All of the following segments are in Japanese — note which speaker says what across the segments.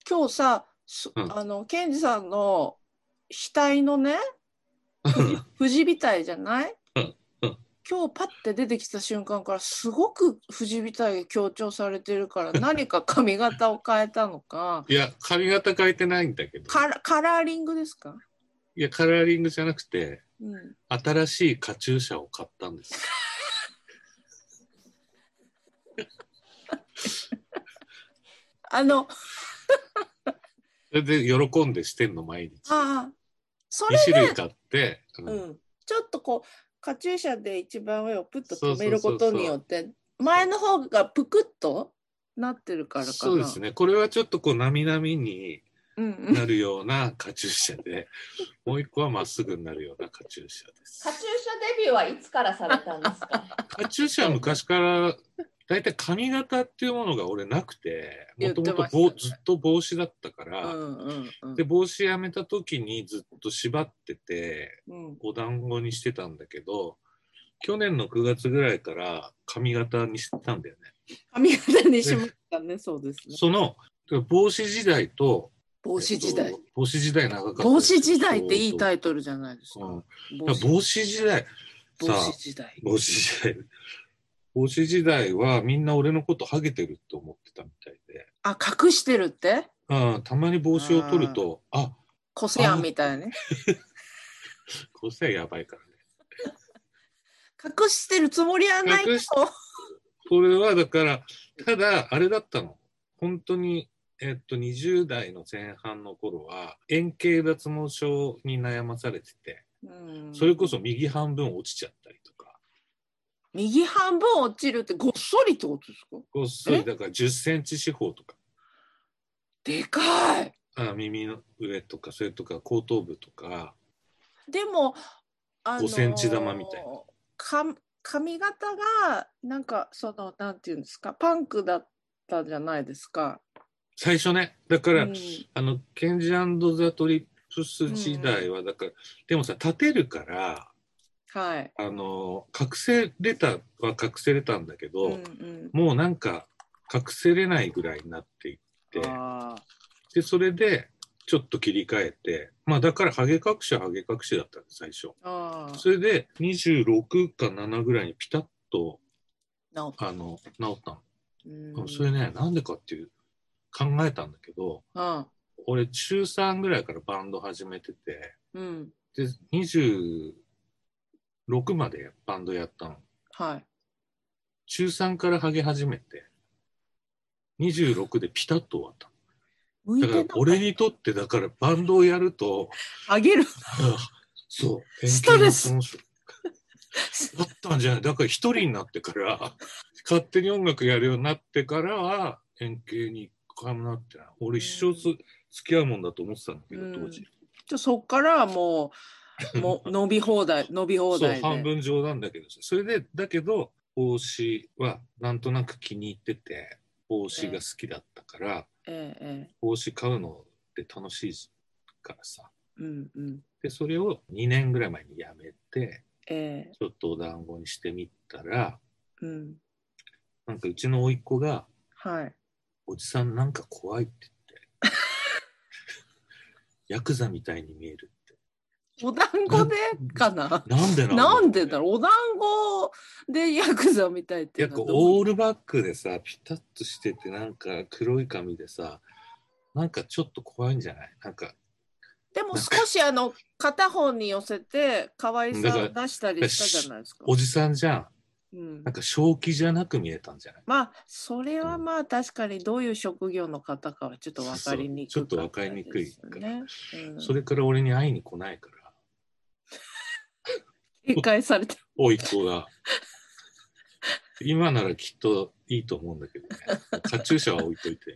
Speaker 1: 今日さ、
Speaker 2: うん。
Speaker 1: ケンジさんの額のね、富士額じゃない？
Speaker 2: うんうん。
Speaker 1: 今日パッて出てきた瞬間からすごく富士額が強調されてるから、何か髪型を変えたのか、
Speaker 2: いや、髪型変えてないんだけど、
Speaker 1: カラーリングですか？
Speaker 2: いや、カラーリングじゃなくて、
Speaker 1: うん。
Speaker 2: 新しいカチューシャを買ったんです。
Speaker 1: あの、
Speaker 2: それで喜んでしてんの、毎日。
Speaker 1: ああ、それ
Speaker 2: 2種類
Speaker 1: で、
Speaker 2: 買って、
Speaker 1: うん。ちょっとこう、カチューシャで一番上をプッと止め
Speaker 2: そうそう
Speaker 1: ることに
Speaker 2: そうそう。
Speaker 1: よって、前
Speaker 2: そう
Speaker 1: の方がぷくっとなってるからかな。
Speaker 2: そうですね。これはちょっとこう、なみなみに
Speaker 1: うんうん。
Speaker 2: なるようなカチューシャで、もう一個はまっすぐになるようなカチューシャで
Speaker 3: カチューシ
Speaker 2: す。
Speaker 3: ャデビューはいつからされたんですか？
Speaker 2: カチューシャは昔から、だいたい髪型っていうものが俺なくて、も
Speaker 1: 言っ
Speaker 2: ともと
Speaker 1: てましたね。
Speaker 2: ずっと帽子だったか
Speaker 1: う
Speaker 2: ら、
Speaker 1: んうんう
Speaker 2: で、
Speaker 1: ん。
Speaker 2: 帽子やめた時にずっと縛ってて、
Speaker 1: うん、
Speaker 2: お団子にしてたんだけど、去年の9月ぐらいから髪型にしたんだよね。
Speaker 1: 髪型にし
Speaker 2: で、
Speaker 1: ましたね、そうですね。
Speaker 2: その帽子時代と、
Speaker 1: 帽子時代。
Speaker 2: 帽子時代長かった
Speaker 1: 帽子
Speaker 2: ですよ、
Speaker 1: 時代っていい
Speaker 2: 相当。
Speaker 1: タイトルじゃないですか。
Speaker 2: うん、
Speaker 1: 帽子、
Speaker 2: 帽子時代、
Speaker 1: 帽子
Speaker 2: さあ、
Speaker 1: 時代。
Speaker 2: 帽子時代、帽子時代はみんな俺のことハゲてるって思ってたみたいで、
Speaker 1: あ、隠してるって？
Speaker 2: たまに帽子を取る
Speaker 1: ああ、
Speaker 2: と、
Speaker 1: コセアンみ
Speaker 2: って、
Speaker 1: たいね。
Speaker 2: 個性やばいからね。
Speaker 1: 隠してるつもりはないけ
Speaker 2: 隠し、
Speaker 1: ど。
Speaker 2: これはだから、ただ、あれだったの。本当に、20代の前半の頃は、円形脱毛症に悩まされてて、
Speaker 1: うん、
Speaker 2: それこそ右半分落ちちゃったりとか、
Speaker 1: 右半分落ちるってごっそりってことですか？
Speaker 2: ごっそり、だから10センチ四方とか、
Speaker 1: でかい。
Speaker 2: 耳の上とか、それとか後頭部とか、
Speaker 1: でも、あ
Speaker 2: 5センチ玉みたいな。
Speaker 1: の髪型が、なんか、なんていうんですか、パンクだったじゃないですか。
Speaker 2: 最初ね、だから、
Speaker 1: うん。
Speaker 2: ケンジ&ザ・トリップス時代は、だから、でもさ、立てるから、
Speaker 1: はい。
Speaker 2: 隠せれたは隠せれたんだけど、
Speaker 1: うんうん。
Speaker 2: もうなんか隠せれないぐらいになっていって、
Speaker 1: ああ。
Speaker 2: で、それでちょっと切り替えて、まあだからハゲ隠しはハゲ隠しだったんです、最初。
Speaker 1: ああ。
Speaker 2: それで26か7ぐらいにピタッと、
Speaker 1: 治った。
Speaker 2: 治ったの。それ
Speaker 1: うん。
Speaker 2: ね、なんでかっていう考えたんだけど、
Speaker 1: うん。
Speaker 2: 俺中3ぐらいからバンド始めてて、
Speaker 1: うん。
Speaker 2: で、26までバンドやったの。
Speaker 1: はい。
Speaker 2: 中3からハゲ始めて、26でピタッと終わった。だから
Speaker 1: 向いてなかった。
Speaker 2: 俺にとってだからバンドをやると、
Speaker 1: あげる。
Speaker 2: そう、
Speaker 1: ストレス。
Speaker 2: だったんじゃない。だから一人になってから、勝手に音楽やるようになってからは、円形にかなってない。俺一生付き合うもんだと思ってたんだけど、当時。
Speaker 1: そっからはもう伸び放題、伸び放
Speaker 2: そう、
Speaker 1: 題で。
Speaker 2: 半分冗談だけど、それで、だけど、帽子はなんとなく気に入ってて、帽子が好きだったから、帽子買うのって楽しいからさ。
Speaker 1: うんうん。
Speaker 2: で、それを2年ぐらい前にやめて、
Speaker 1: ち
Speaker 2: ちょっとお団子にしてみたら、
Speaker 1: うん。
Speaker 2: なんかうちの甥っ子が、
Speaker 1: はい。
Speaker 2: おじさんなんか怖いって言って、ヤクザみたいに見えるって。
Speaker 1: お団子でかな。
Speaker 2: なんで
Speaker 1: なんでだろう。お団子でヤクザみたいっていうのは
Speaker 2: オールバックでさ、ピタッとしてて、なんか黒い髪でさ、なんかちょっと怖いんじゃない？なんか。
Speaker 1: でも少し片方に寄せて可愛さを出したりしたじゃないですか。
Speaker 2: おじさんじゃん。なんか正気じゃなく見えたんじゃない？
Speaker 1: まあそれはまあ確かにどういう職業の方かはちょっと分かりにくかったですね。
Speaker 2: それから俺に会いに来ないから。
Speaker 1: 警戒されて。
Speaker 2: 甥っ子が。今ならきっといいと思うんだけどね。カチューシャは置いといて。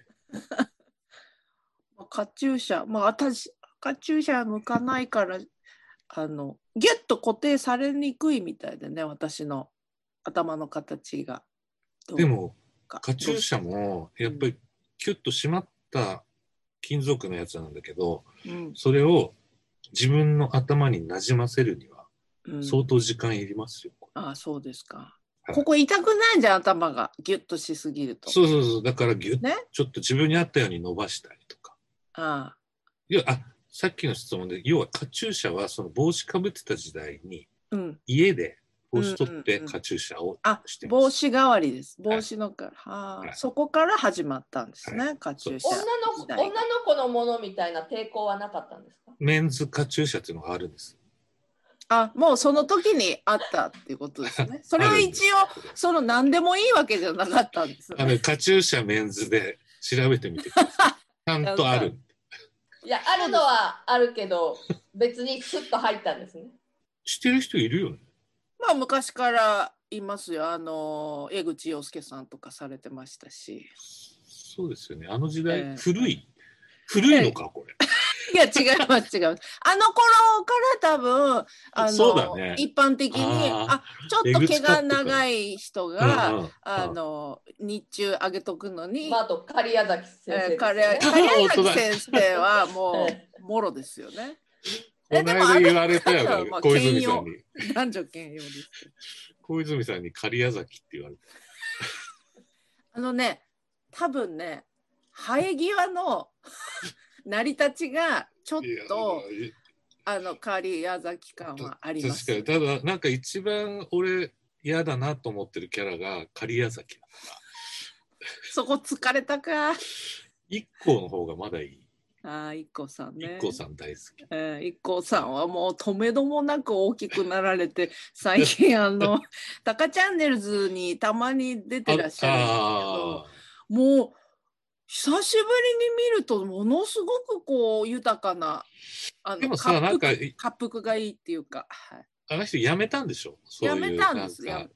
Speaker 1: カチューシャ、まあ私カチューシャ向かないからギュッと固定されにくいみたいでね、私の頭の形が。
Speaker 2: でもカチューシャもやっぱりキュッと締まった金属のやつなんだけど、それを自分の頭になじませるには相当時間いりますよ。
Speaker 1: ああ、そうですか。ここ痛くないじゃん、頭がギュッとしすぎると。
Speaker 2: そう。だからギュッ、ちょっと自分に合ったように伸ばしたりとか。
Speaker 1: ああ。
Speaker 2: いや、さっきの質問で、要はカチューシャはその帽子かぶってた時代に、
Speaker 1: うん、
Speaker 2: 家で帽子取ってカチューシャをしてます。
Speaker 1: 帽子代わりです。帽子のから、
Speaker 2: はい、
Speaker 1: そこから始まったんですね、はい、カチューシャ。
Speaker 3: 女の子のものみたいな抵抗はなかったんですか？
Speaker 2: メンズカチューシャっていうのがあるんです。
Speaker 1: もうその時にあったっていうことですね。それは一応何でもいいわけじゃなかったんですね。
Speaker 2: カチューシャメンズで調べてみてください。ちゃんとある。
Speaker 3: いや、あるのはあるけど、別にスッと入ったんですね。
Speaker 2: 知ってる人いるよね。
Speaker 1: まあ昔からいますよ。江口洋介さんとかされてましたし。
Speaker 2: そうですよね。あの時代、古いのか、これ。
Speaker 1: いや、違います、違います。あの頃から多分、
Speaker 2: そうだね、
Speaker 1: 一般的に、ちょっと毛が長い人が、日中上げとくのに、
Speaker 3: あと、狩矢崎先生、ね。
Speaker 1: 狩矢崎先生はもう、もろですよね。
Speaker 2: この間言われたよね、小泉さんに。
Speaker 1: 男女兼用です。
Speaker 2: 小泉さんに狩矢崎って言われ
Speaker 1: た。多分ね、生え際の成り立ちがちょっと狩矢崎感はあります。
Speaker 2: 確かに。ただなんか一番俺嫌だなと思ってるキャラが狩矢崎だから。
Speaker 1: そこ疲れたか。
Speaker 2: 一行の方がまだいい。
Speaker 1: 一行さんね。
Speaker 2: 一行さん大好
Speaker 1: き。一行さんはもう止めどもなく大きくなられて、最近タカチャンネルズにたまに出てらっしゃるんですけど、もう久しぶりに見るとものすごくこう豊かな
Speaker 2: でもさ、なんか
Speaker 1: 滑腹がいいっていうか、
Speaker 2: あの人辞めたんでしょ。
Speaker 1: 辞めたんですよ。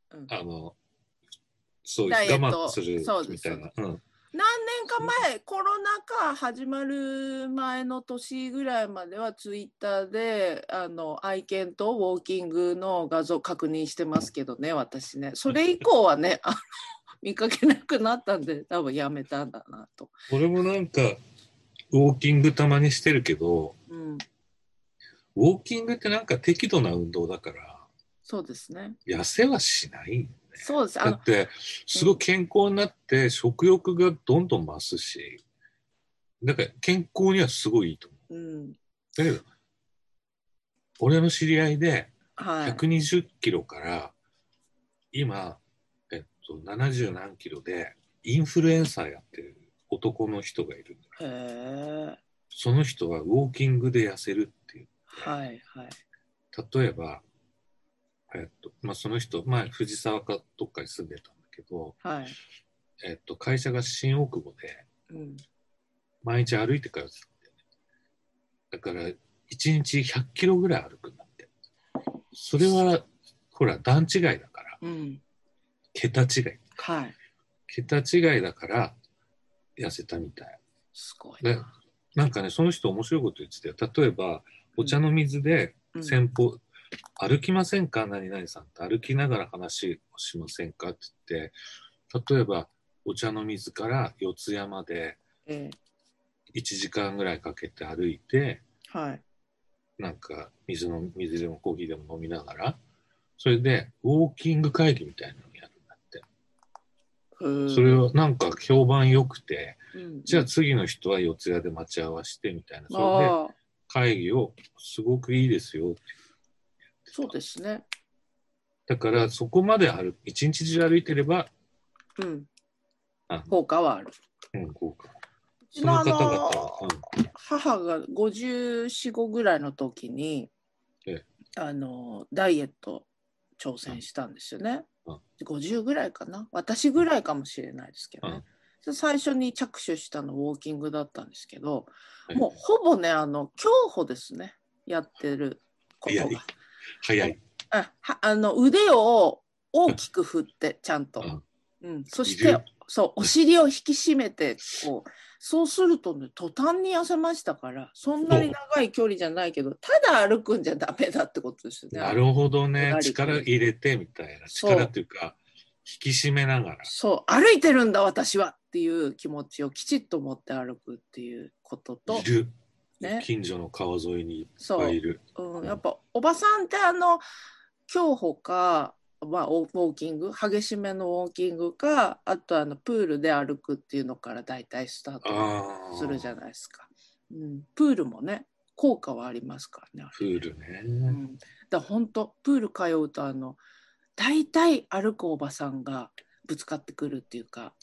Speaker 2: そういう我慢するみたいな。
Speaker 1: 何年か前、コロナ禍始まる前の年ぐらいまではツイッターで愛犬とウォーキングの画像確認してますけどね、私ね。それ以降はね見かけなくなったんで多分やめたんだなと。
Speaker 2: 俺もなんかウォーキングたまにしてるけど、ウォーキングってなんか適度な運動だから、
Speaker 1: そうですね、
Speaker 2: 痩せはしないんだね。
Speaker 1: そうです。
Speaker 2: だってすごい健康になって食欲がどんどん増すし、だから健康にはすごいいいと思う。だけど俺の知り合いで120キロから今70何キロでインフルエンサーやってる男の人がいるんだ。その人はウォーキングで痩せるっていう。例えば、その人、藤沢かどっかに住んでたんだけど、会社が新大久保で、毎日歩いて通ってたんだよね。だから1日100キロぐらい歩くんだって。それはほら段違いだから、桁違い。桁違いだから痩せたみたい。
Speaker 1: すごい
Speaker 2: な。なんかね、その人面白いこと言ってたよ。例えばお茶の水で散歩、歩きませんか、何々さんって歩きながら話をしませんかって言って、例えばお茶の水から四谷まで1時間ぐらいかけて歩いて、なんか水でもコーヒーでも飲みながら、それでウォーキング会議みたいなのをやるんだって。それはなんか評判良くて、じゃあ次の人は四谷で待ち合わせてみたいな、それで会議をすごくいいですよって。
Speaker 1: そうですね。
Speaker 2: だからそこまで一日中歩いてれば、
Speaker 1: 効果はある。
Speaker 2: 効果。
Speaker 1: うちの母が54、5ぐらいの時にダイエット挑戦したんですよね。50ぐらいかな、私ぐらいかもしれないですけどね。最初に着手したのウォーキングだったんですけど、もうほぼね競歩ですね、やってることが。
Speaker 2: 早い。
Speaker 1: 腕を大きく振ってちゃんと、そしてお尻を引き締めてこう、そうするとね途端に痩せましたから。そんなに長い距離じゃないけど、ただ歩くんじゃダメだってことですよね。
Speaker 2: なるほどね。力入れてみたいな、力っていうか引き締めながら、
Speaker 1: そう歩いてるんだ私はっていう気持ちをきちっと持って歩くっていうことと、
Speaker 2: いる、近所の川沿いにいっぱいいる。
Speaker 1: やっぱおばさんって競歩か、ウォーキング、激しめのウォーキングか、あとプールで歩くっていうのからだいたいスタートするじゃないですか。 プールもね効果はありますからね。
Speaker 2: プールね。
Speaker 1: だ本当プール通うと大体歩くおばさんがぶつかってくるっていうか、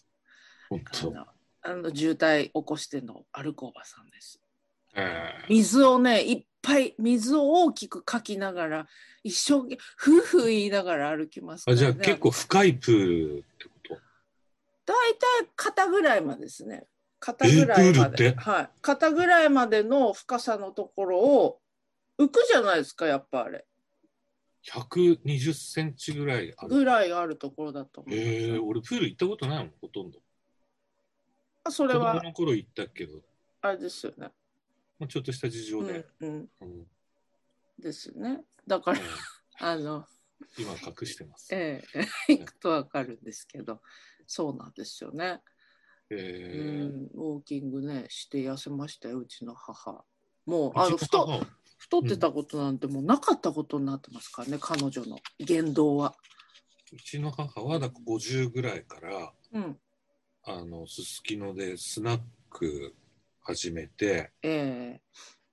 Speaker 1: 渋滞起こしての歩くおばさんです。水をねいっぱい水を大きくかきながら一生懸命ふうふう言いながら歩きますからね。
Speaker 2: じゃあ結構深いプールってこと？
Speaker 1: 大体肩ぐらいまでですね。肩ぐらいまで、はい、肩ぐらいまでの深さのところを浮くじゃないですか、やっぱあれ。
Speaker 2: 120センチぐらいある。
Speaker 1: ぐらいあるところだと思う。
Speaker 2: 俺プール行ったことないもん、ほとんど。
Speaker 1: それは
Speaker 2: 子供の頃行ったけど。
Speaker 1: あれですよね。
Speaker 2: ちょっとした事情で。
Speaker 1: ですね。だから、今
Speaker 2: 隠してます。
Speaker 1: 行くとわかるんですけど、そうなんですよね。ウォーキングねして痩せましたよ、うちの母。もう太ってたことなんてもうなかったことになってますからね、彼女の言動は。
Speaker 2: うちの母はだから50ぐらいから、すすきのでスナック始めて、で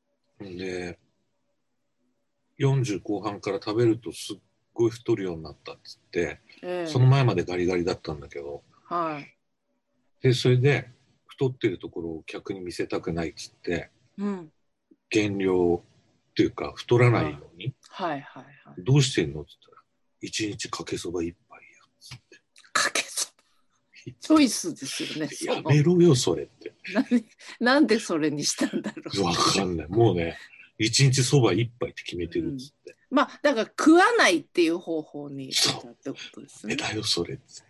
Speaker 2: 40後半から食べるとすっごい太るようになったっつって、その前までガリガリだったんだけど、でそれで太ってるところを客に見せたくないっつって、減量っていうか太らないように、どうしてんのって言ったら1日かけそば1杯やっつって。
Speaker 1: かけそばチョイスですよね。
Speaker 2: やめろよそれって。
Speaker 1: なんでそれにしたんだろう。
Speaker 2: わかんない。もうね1日そば1杯って決めてるっつって。
Speaker 1: だから食わないっていう方法にしたってことですね。
Speaker 2: だよそれっつって。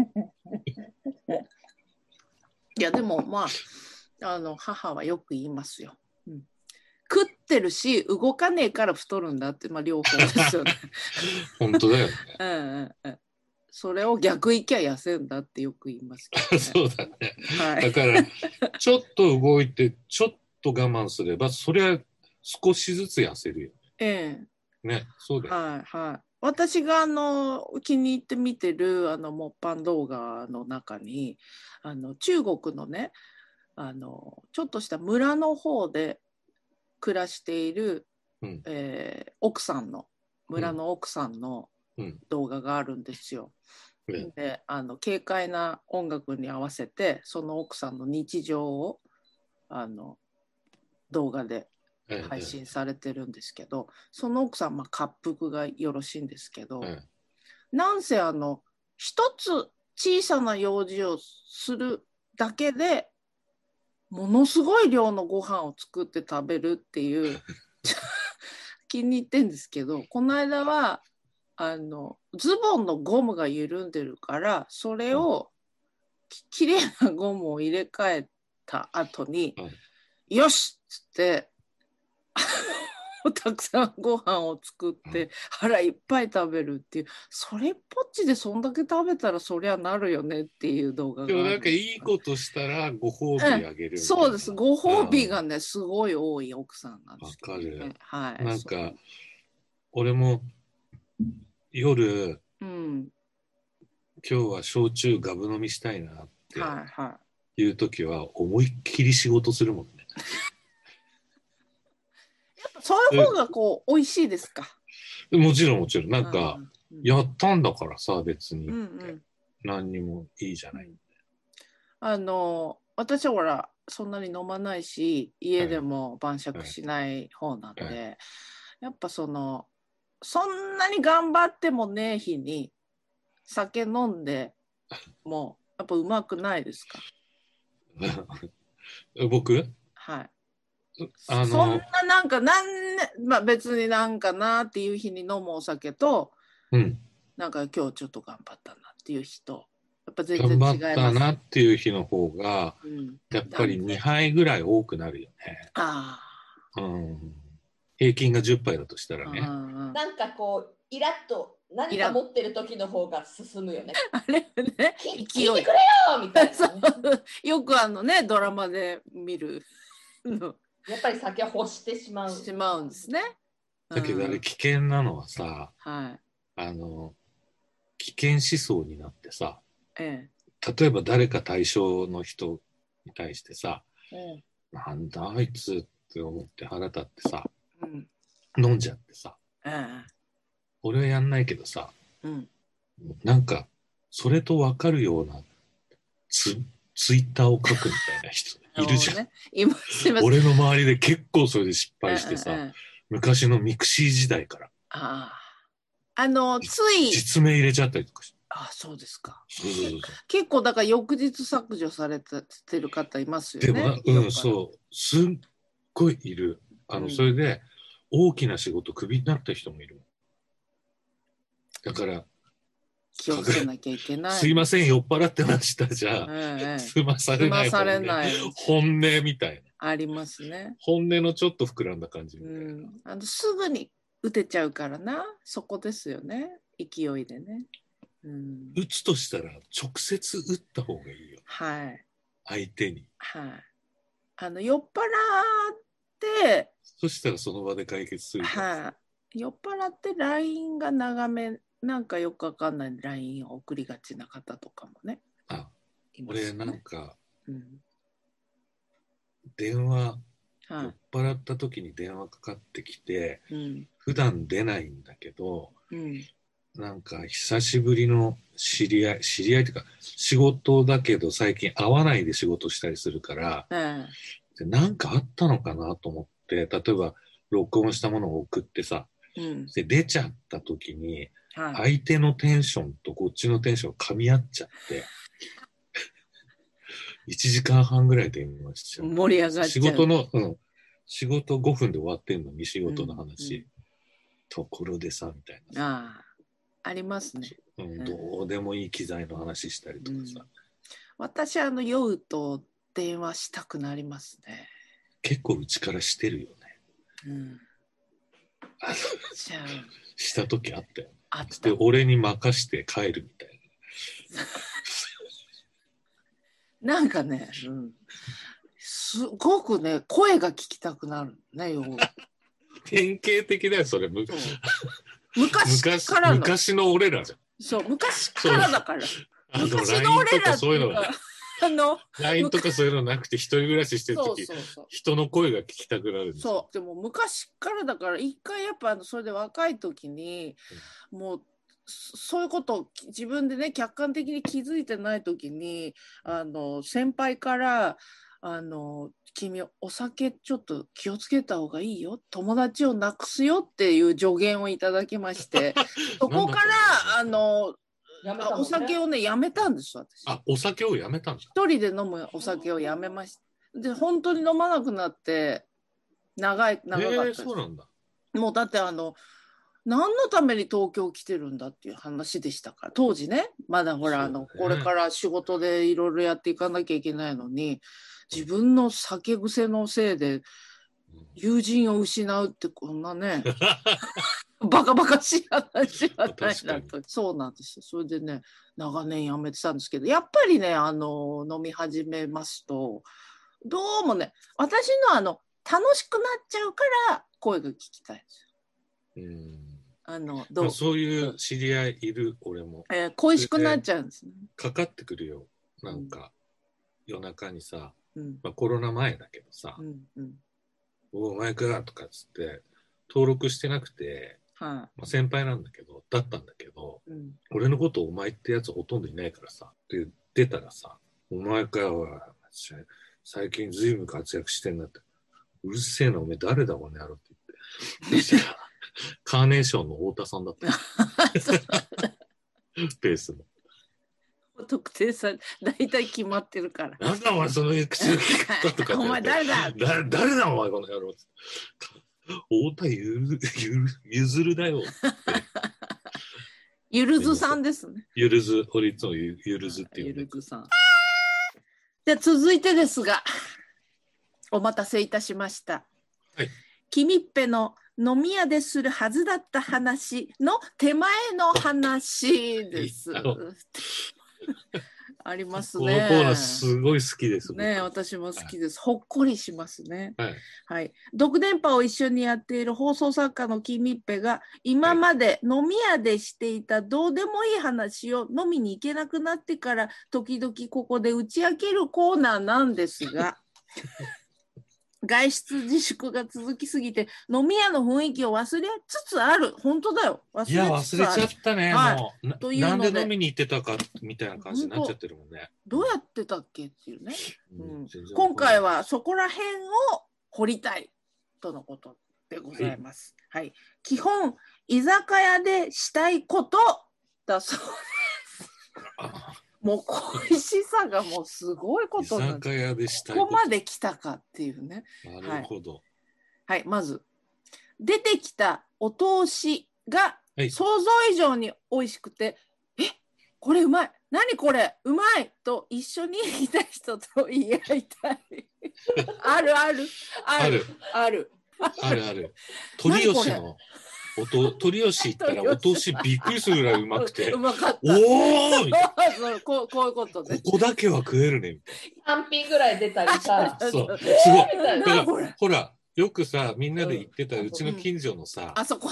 Speaker 1: いやでも母はよく言いますよ。食ってるし動かねえから太るんだって、両方ですよね。
Speaker 2: 本当だよ
Speaker 1: ね。それを逆いきゃ痩せるんだってよく言いますけどね。
Speaker 2: そうだね。だからちょっと動いてちょっと我慢すればそれは少しずつ痩せるよね。ね、そうだよ。
Speaker 1: 私が気に入って見てるモッパン動画の中に中国のねちょっとした村の方で暮らしている、奥さんの村の奥さんの動画があるんですよ。で軽快な音楽に合わせてその奥さんの日常を動画で配信されてるんですけど、その奥さん滑腹がよろしいんですけど、なんせ一つ小さな用事をするだけでものすごい量のご飯を作って食べるっていう気に入ってんですけど、この間はズボンのゴムが緩んでるからそれをきれいなゴムを入れ替えた後に、よしっつってたくさんご飯を作って腹いっぱい食べるっていう、それっぽっちでそんだけ食べたらそりゃなるよねっていう動画がある。
Speaker 2: でもなんかいいことしたらご褒美あげるみたいな。
Speaker 1: そうです、ご褒美がねすごい多い奥さんなんですけどね。
Speaker 2: わかる。なんか俺も夜、今日は焼酎ガブ飲みしたいなっていう時は思いっきり仕事するもんね。
Speaker 1: そういう方が美味しいですか？
Speaker 2: もちろんもちろん。なんか、やったんだからさ別にって何にもいいじゃない。
Speaker 1: 私はほらそんなに飲まないし家でも晩酌しない方なんで、やっぱそんなに頑張ってもねえ日に酒飲んでもやっぱうまくないですか？
Speaker 2: 僕？
Speaker 1: はい。そんななんか別になんかなっていう日に飲むお酒と、なんか今日ちょっと頑張ったなっていう日とやっぱ全然違います。
Speaker 2: 頑張ったなっていう日の方が、やっぱり2杯ぐらい多くなるよね。平均が10杯だとしたらね。
Speaker 3: なんかイラッと何か持ってる時の方が進むよね。
Speaker 1: あれね、
Speaker 3: 勢い。聞いてくれよみたいな。
Speaker 1: よくドラマで見る
Speaker 3: の。やっぱり酒を欲してしま
Speaker 1: うんですね。
Speaker 2: だけどあれ危険なのはさ、危険思想になってさ、例えば誰か対象の人に対してさ、 なんだあいつって思って腹立ってさ、飲んじゃってさ、俺はやんないけどさ、なんかそれと分かるようなツイッターを書くみたいな人いるじゃん。ね、俺の周りで結構それで失敗してさ、昔のミクシー時代から。
Speaker 1: つい
Speaker 2: 実名入れちゃったりとかして。
Speaker 1: そうですか。結構だから翌日削除されてる方いますよね。
Speaker 2: でもそう、すっごいいる。それで大きな仕事クビになった人もいる。だから
Speaker 1: 気をつけなきゃいけない。
Speaker 2: すいません、酔っ払ってましたじゃ済まされない本音みたいな。
Speaker 1: ありますね。
Speaker 2: 本音のちょっと膨らんだ感じみたいな。
Speaker 1: すぐに打てちゃうからな。そこですよね。勢いでね。
Speaker 2: 打つとしたら直接打った方がいいよ。
Speaker 1: はい。
Speaker 2: 相手に。
Speaker 1: はい。酔っ払って。
Speaker 2: そしたらその場で解決する。
Speaker 1: はい。酔っ払って LINE が長め、なんかよくわかんない LINE を送りがちな方とかもね。
Speaker 2: 俺なんか、電話、酔っ払った時に電話かかってきて、普段出ないんだけど、なんか久しぶりの知り合いっていうか仕事だけど最近会わないで仕事したりするから、でなんかあったのかなと思って例えば録音したものを送ってさ、で出ちゃった時に相手のテンションとこっちのテンション噛み合っちゃって1時間半ぐらい電話しちゃう。
Speaker 1: 盛り上がっちゃう。
Speaker 2: 仕事5分で終わってんのに仕事の話、ところでさみたいな。
Speaker 1: ありますね、
Speaker 2: どうでもいい機材の話したりとかさ、
Speaker 1: 私酔うと電話したくなりますね。
Speaker 2: 結構うちからしてるよね。した時あったよ。で俺に任して帰るみたい
Speaker 1: な。なんかね、すごくね声が聞きたくなるね。
Speaker 2: 典型的だよそれ。
Speaker 1: 昔からの
Speaker 2: 昔の俺らじゃん。
Speaker 1: そう昔からだから。昔の俺ら
Speaker 2: そういうのがLINE とかそういうのなくて一人暮らししてる時人の声が聞きたくなるんですよ。
Speaker 1: でも昔からだから一回やっぱそれで若い時に、もうそういうことを自分でね客観的に気づいてない時に先輩から君お酒ちょっと気をつけた方がいいよ、友達をなくすよっていう助言をいただきましてそこからお酒をねやめたんです私。
Speaker 2: お酒をやめたんですか？
Speaker 1: 一人で飲むお酒をやめました。で本当に飲まなくなって長かったです。
Speaker 2: そうなんだ。
Speaker 1: もうだって何のために東京来てるんだっていう話でしたから当時ね。まだほらこれから仕事でいろいろやっていかなきゃいけないのに自分の酒癖のせいで友人を失うってこんなねバカバカしい話はないなと。そうなんですよ。それでね長年やめてたんですけどやっぱりね飲み始めますとどうもね私の楽しくなっちゃうから声が聞きたいんですよ。
Speaker 2: そういう知り合いいる俺も。
Speaker 1: 恋しくなっちゃうんですね。
Speaker 2: かかってくるよなんか、夜中にさ、コロナ前だけどさ「お前か」とかっつって登録してなくて、先輩なんだけどだったんだけど、俺のことお前ってやつほとんどいないからさって出たらさ「お前かよ最近ずいぶん活躍してんな」って。うるせえなお前誰だこの野郎って言ってカーネーションの太田さんだったペースの
Speaker 1: 特定さ大体決まってるから。
Speaker 2: なんだお前その口の利き方とか
Speaker 1: お前誰だ
Speaker 2: 誰だお前この野郎太田ゆずるだよ
Speaker 1: ゆるずさんですね。
Speaker 2: ゆるず俺いつもゆるずっていう、
Speaker 1: ゆるずさん。で続いてですがお待たせいたしました。君っぺの飲み屋でするはずだった話の手前の話です。ありますね。
Speaker 2: このコーナーすごい好きです
Speaker 1: ね。私も好きです。ほっこりしますね。はい。独電波を一緒にやっている放送作家の君っぺが今まで飲み屋でしていたどうでもいい話を飲みに行けなくなってから時々ここで打ち明けるコーナーなんですが外出自粛が続きすぎて飲み屋の雰囲気を忘れつつある。本当だよ。
Speaker 2: いや忘れちゃったね、
Speaker 1: はい、
Speaker 2: もうなんで飲みに行ってたかみたいな感じになっちゃってるもんね。
Speaker 1: どうやってたっけっていうね、今回はそこら辺を掘りたいとのことでございます、はい、基本居酒屋でしたいことだそうですもう恋しさがもうすごいことなんです。居酒屋でしたいことここまで来たかっていうね。
Speaker 2: なるほど、
Speaker 1: はい、まず出てきたお通しが想像以上に美味しくて、これうまい、何これうまいと一緒にいた人と言い合いたいあるあるあるある
Speaker 2: あるある。鳥吉の鳥吉行ったらお通しびっくりするぐらいうまくて
Speaker 1: うまかった。
Speaker 2: おー
Speaker 1: こういうことで、
Speaker 2: ここだけは食えるねみたい
Speaker 3: な。単品ぐらい出たりさ
Speaker 2: そうすごいだからほらよくさみんなで行ってたうちの近所のさ、
Speaker 1: あそこ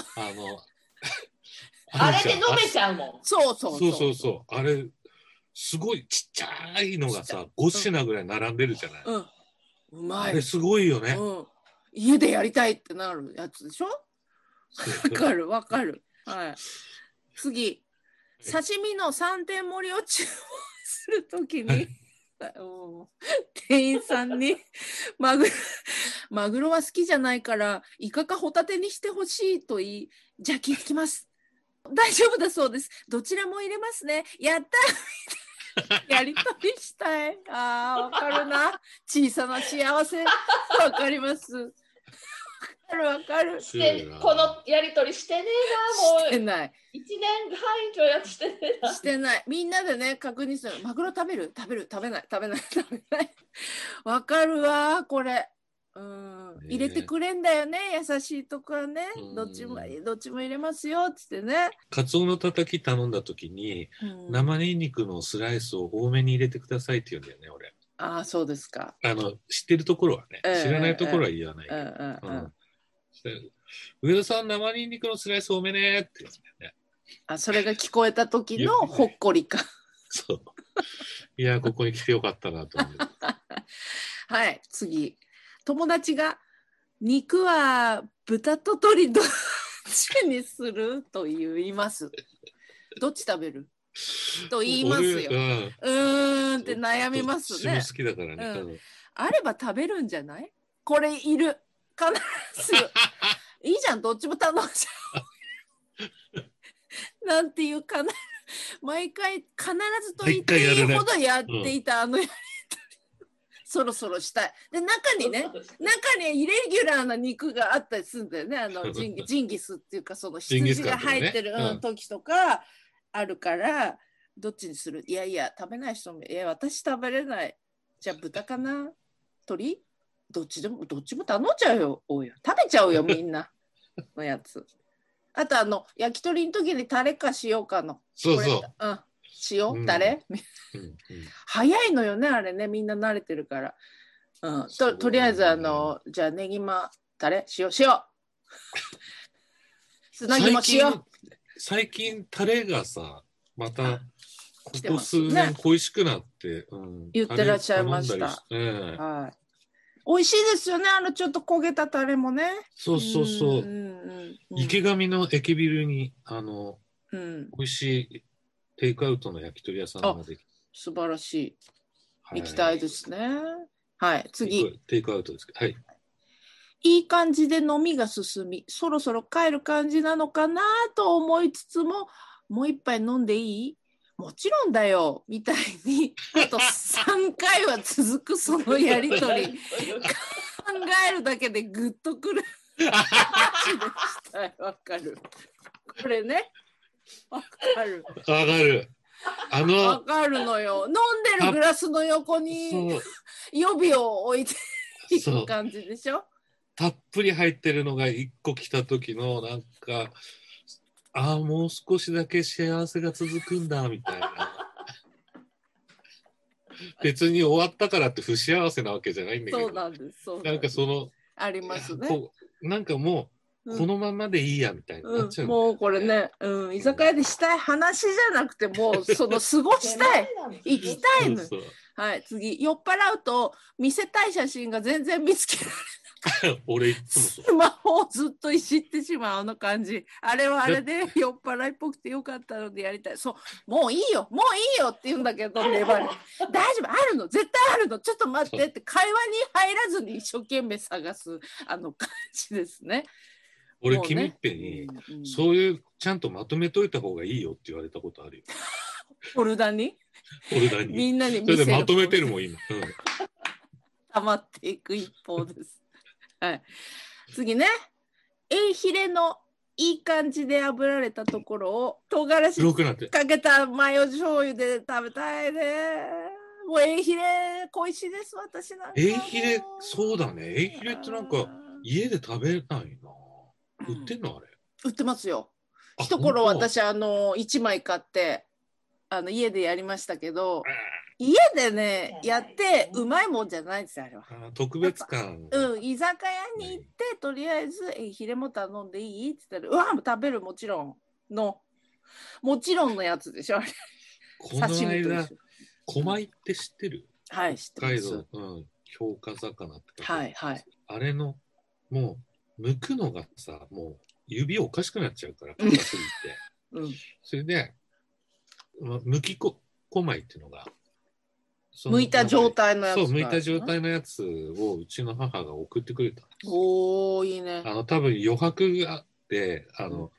Speaker 3: あれで飲めちゃうもん。
Speaker 1: そう
Speaker 2: あれすごいちっちゃいのがさ5品ぐらい並んでるじゃない、
Speaker 1: うまい。
Speaker 2: あれすごいよね、
Speaker 1: 家でやりたいってなるやつでしょ。わかる、はい、次刺身の3点盛りを注文するときに店員さんにマグロは好きじゃないからイカかホタテにしてほしいと言い、じゃあ聞いてきます、大丈夫だそうです、どちらも入れますね、やったーやりとりしたい。わかるな、小さな幸せわかります。わかる。
Speaker 3: このやりとりしてねえな、もう。して
Speaker 1: ない。
Speaker 3: 1年半以上やってねえな。
Speaker 1: してない。みんなでね、確認する。マグロ食べる食べない。わかるわ、これ。入れてくれんだよね、優しいとこはね。どっちも入れますよ、つってね。
Speaker 2: カツオのたたき頼んだ時に、生ニンニクのスライスを多めに入れてくださいって言うんだよね、俺。
Speaker 1: ああ、そうですか。
Speaker 2: 知ってるところはね、知らないところは言わないけど。上田さん生ニンニクのスライス多めねって言うんだよ
Speaker 1: ね。それが聞こえた時のほっこりか。
Speaker 2: そう。いやここに来てよかったなと思って。
Speaker 1: はい、次。友達が肉は豚と鶏どっちにすると言います。どっち食べると言いますよ。って悩みますね。
Speaker 2: 好きだからね。
Speaker 1: あれば食べるんじゃない？これいる。必ずいいじゃん、どっちも頼んじゃうなんていうかな、毎回必ずと言っていいほどやっていたやりとり、そろそろしたい。で中にイレギュラーな肉があったりするんだよね。ジンギスっていうかその羊が入ってる時とかあるから、どっちにする？いや食べない人も私食べれない。じゃあ豚かな？鶏？どっちも頼んじゃうよ。食べちゃうよみんなのやつ。あと焼き鳥の時にタレか塩かの。
Speaker 2: そう。
Speaker 1: 塩、タレ、早いのよねあれね、みんな慣れてるから。とりあえずじゃあネギマタレ塩砂肝塩。
Speaker 2: 最近タレがさまたここ数年恋しくなって、
Speaker 1: 言ってらっしゃいました。はい。美味しいですよね、ちょっと焦げたタレもね。
Speaker 2: そう。池上の駅ビルに美味しいテイクアウトの焼き鳥屋さんができて、
Speaker 1: 素晴らしい。行きたいですね。はい、次。
Speaker 2: テイクアウトですけど、はい。
Speaker 1: いい感じで飲みが進み、そろそろ帰る感じなのかなと思いつつも、もう一杯飲んでいい？もちろんだよみたいにあと3回は続くそのやりとり考えるだけでグッとくるわかる。これね、わかるわかるのよ。飲んでるグラスの横に予備を置いていく感じでしょ。
Speaker 2: たっぷり入ってるのが1個来た時のなんかもう少しだけ幸せが続くんだみたいな別に終わったからって不幸せなわけじゃないんだけど、
Speaker 1: そうなんです。
Speaker 2: なんか
Speaker 1: ありますね。
Speaker 2: なんかもうこのままでいいやみたいになっちゃう、
Speaker 1: もうこれね、居酒屋でしたい話じゃなくてもう過ごしたい行きたいの。 はい、次。酔っ払うと見せたい写真が全然見つけられない。
Speaker 2: 俺いつもそう。
Speaker 1: スマホをずっといじってしまうあの感じ。あれはあれで酔っ払いっぽくてよかったのでやりたい。そう、もういいよって言うんだけど、粘る。大丈夫、あるの、絶対あるの、ちょっと待ってって会話に入らずに一生懸命探すあの感じですね。
Speaker 2: 俺、君っぺに、そういうちゃんとまとめといた方がいいよって言われたことあるよ。
Speaker 1: フォルダにみんなに見せる。
Speaker 2: それでまとめてるもん、今。
Speaker 1: 溜まっていく一方です。はい。次ね。エイヒレのいい感じで炙られたところを唐辛子かけたマヨ醤油で食べたいね。もうエイヒレ恋しいです、私なんか。
Speaker 2: エイヒレ、そうだね。エイヒレってなんか家で食べないな。売ってんのあれ。
Speaker 1: 売ってますよ。一頃私1枚買って家でやりましたけど、家でねやってうまいもんじゃないですよあれは。
Speaker 2: 特別感。
Speaker 1: 居酒屋に行ってとりあえずヒレも頼んでいいって言ったら、うわ食べる、もちろんのやつでしょあれ。
Speaker 2: この間狛江って知ってる？
Speaker 1: はい、知ってます。
Speaker 2: 北海道、評価魚って
Speaker 1: はいはい。
Speaker 2: あれのもう剥くのがさ、もう指おかしくなっちゃうから硬すぎて、それで剥き狛江っていうのが
Speaker 1: 剥いた状態のやつ、
Speaker 2: そう、剥いた状態のやつをうちの母が送ってくれたんですよ。
Speaker 1: おー、いいね。
Speaker 2: 多分余白があって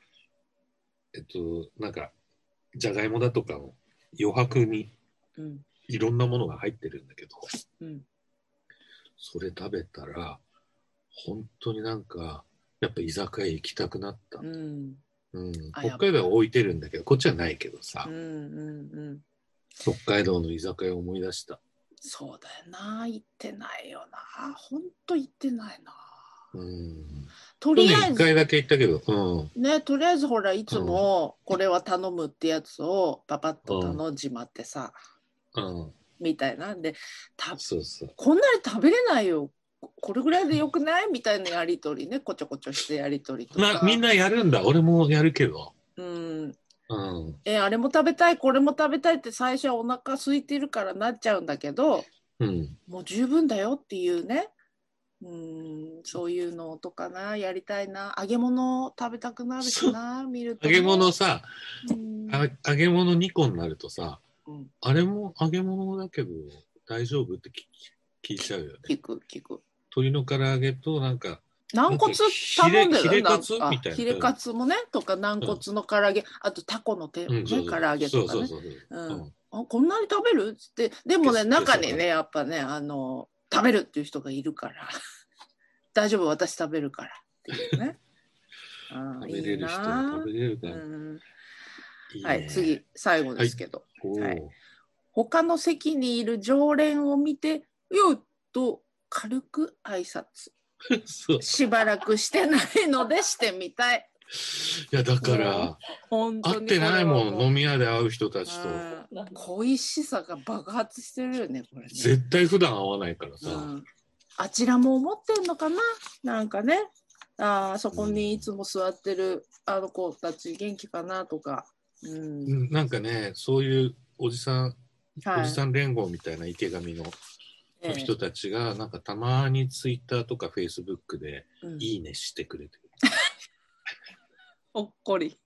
Speaker 2: なんかじゃがいもだとかの余白にいろんなものが入ってるんだけど、それ食べたら本当になんかやっぱ居酒屋行きたくなった。北海道は置いてるんだけどこっちはないけどさ、北海道の居酒屋を思い出した。
Speaker 1: そうだよな、行ってないよな、本当行ってないな。
Speaker 2: とりあえず1回だけ行ったけど、
Speaker 1: ね、とりあえずほらいつもこれは頼むってやつをパパッと頼んじまってさ、みたいなんで、こんなに食べれないよ、これぐらいでよくないみたいなやりとりね、こちょこちょしてやりとりとか。
Speaker 2: みんなやるんだ。俺もやるけど。
Speaker 1: あれも食べたいこれも食べたいって最初はお腹空いてるからなっちゃうんだけど、もう十分だよっていうね、そういうのとかな、やりたいな。揚げ物食べたくなるしな、見ると、
Speaker 2: ね、揚げ物さ、揚げ物2個になるとさ、あれも揚げ物だけど大丈夫って聞いちゃうよね。
Speaker 1: 聞く。
Speaker 2: 鶏の唐揚げとなんか
Speaker 1: 軟骨頼んでる。
Speaker 2: ヒレカツみたいな。
Speaker 1: ヒレカツもね、とか軟骨の唐揚げ、あとタコの唐揚げとかね。こんなに食べるって。でもね、中にね、やっぱね、食べるっていう人がいるから。大丈夫、私食べるからっていうね。
Speaker 2: 食べれる人は食べれるから。
Speaker 1: はい、次、最後ですけど。他の席にいる常連を見て、よっと軽く挨拶。しばらくしてないのでしてみたい。
Speaker 2: いやだから会ってないもん、飲み屋で会う人たちと。
Speaker 1: 恋しさが爆発してるよね、これね。
Speaker 2: 絶対普段会わないからさ。
Speaker 1: あちらも思ってんのかな、なんかね。そこにいつも座ってるあの子たち元気かなとか。
Speaker 2: なんかね、そういうおじさん連合みたいな池上の人たちがなんかたまにツイッターとかフェイスブックでいいねしてくれてる。
Speaker 1: ほっこり。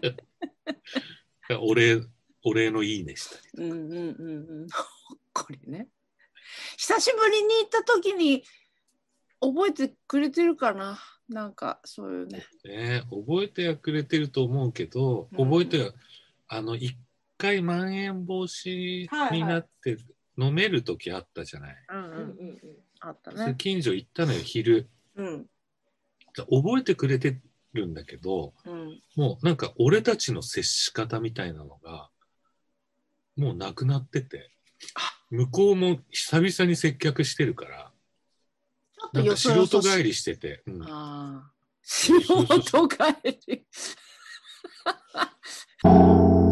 Speaker 2: お礼のいいねしたり。
Speaker 1: ほっこりね。久しぶりに行った時に覚えてくれてるかな、なんかそういうね。
Speaker 2: 覚えてはくれてると思うけど、覚えては一回まん延防止になって飲める時あったじゃない。
Speaker 1: あったね。
Speaker 2: 近所行ったのよ、昼。覚えてくれてるんだけど、もうなんか俺たちの接し方みたいなのがもうなくなってて、向こうも久々に接客してるからなんか素人帰りしてて、
Speaker 1: 素人帰り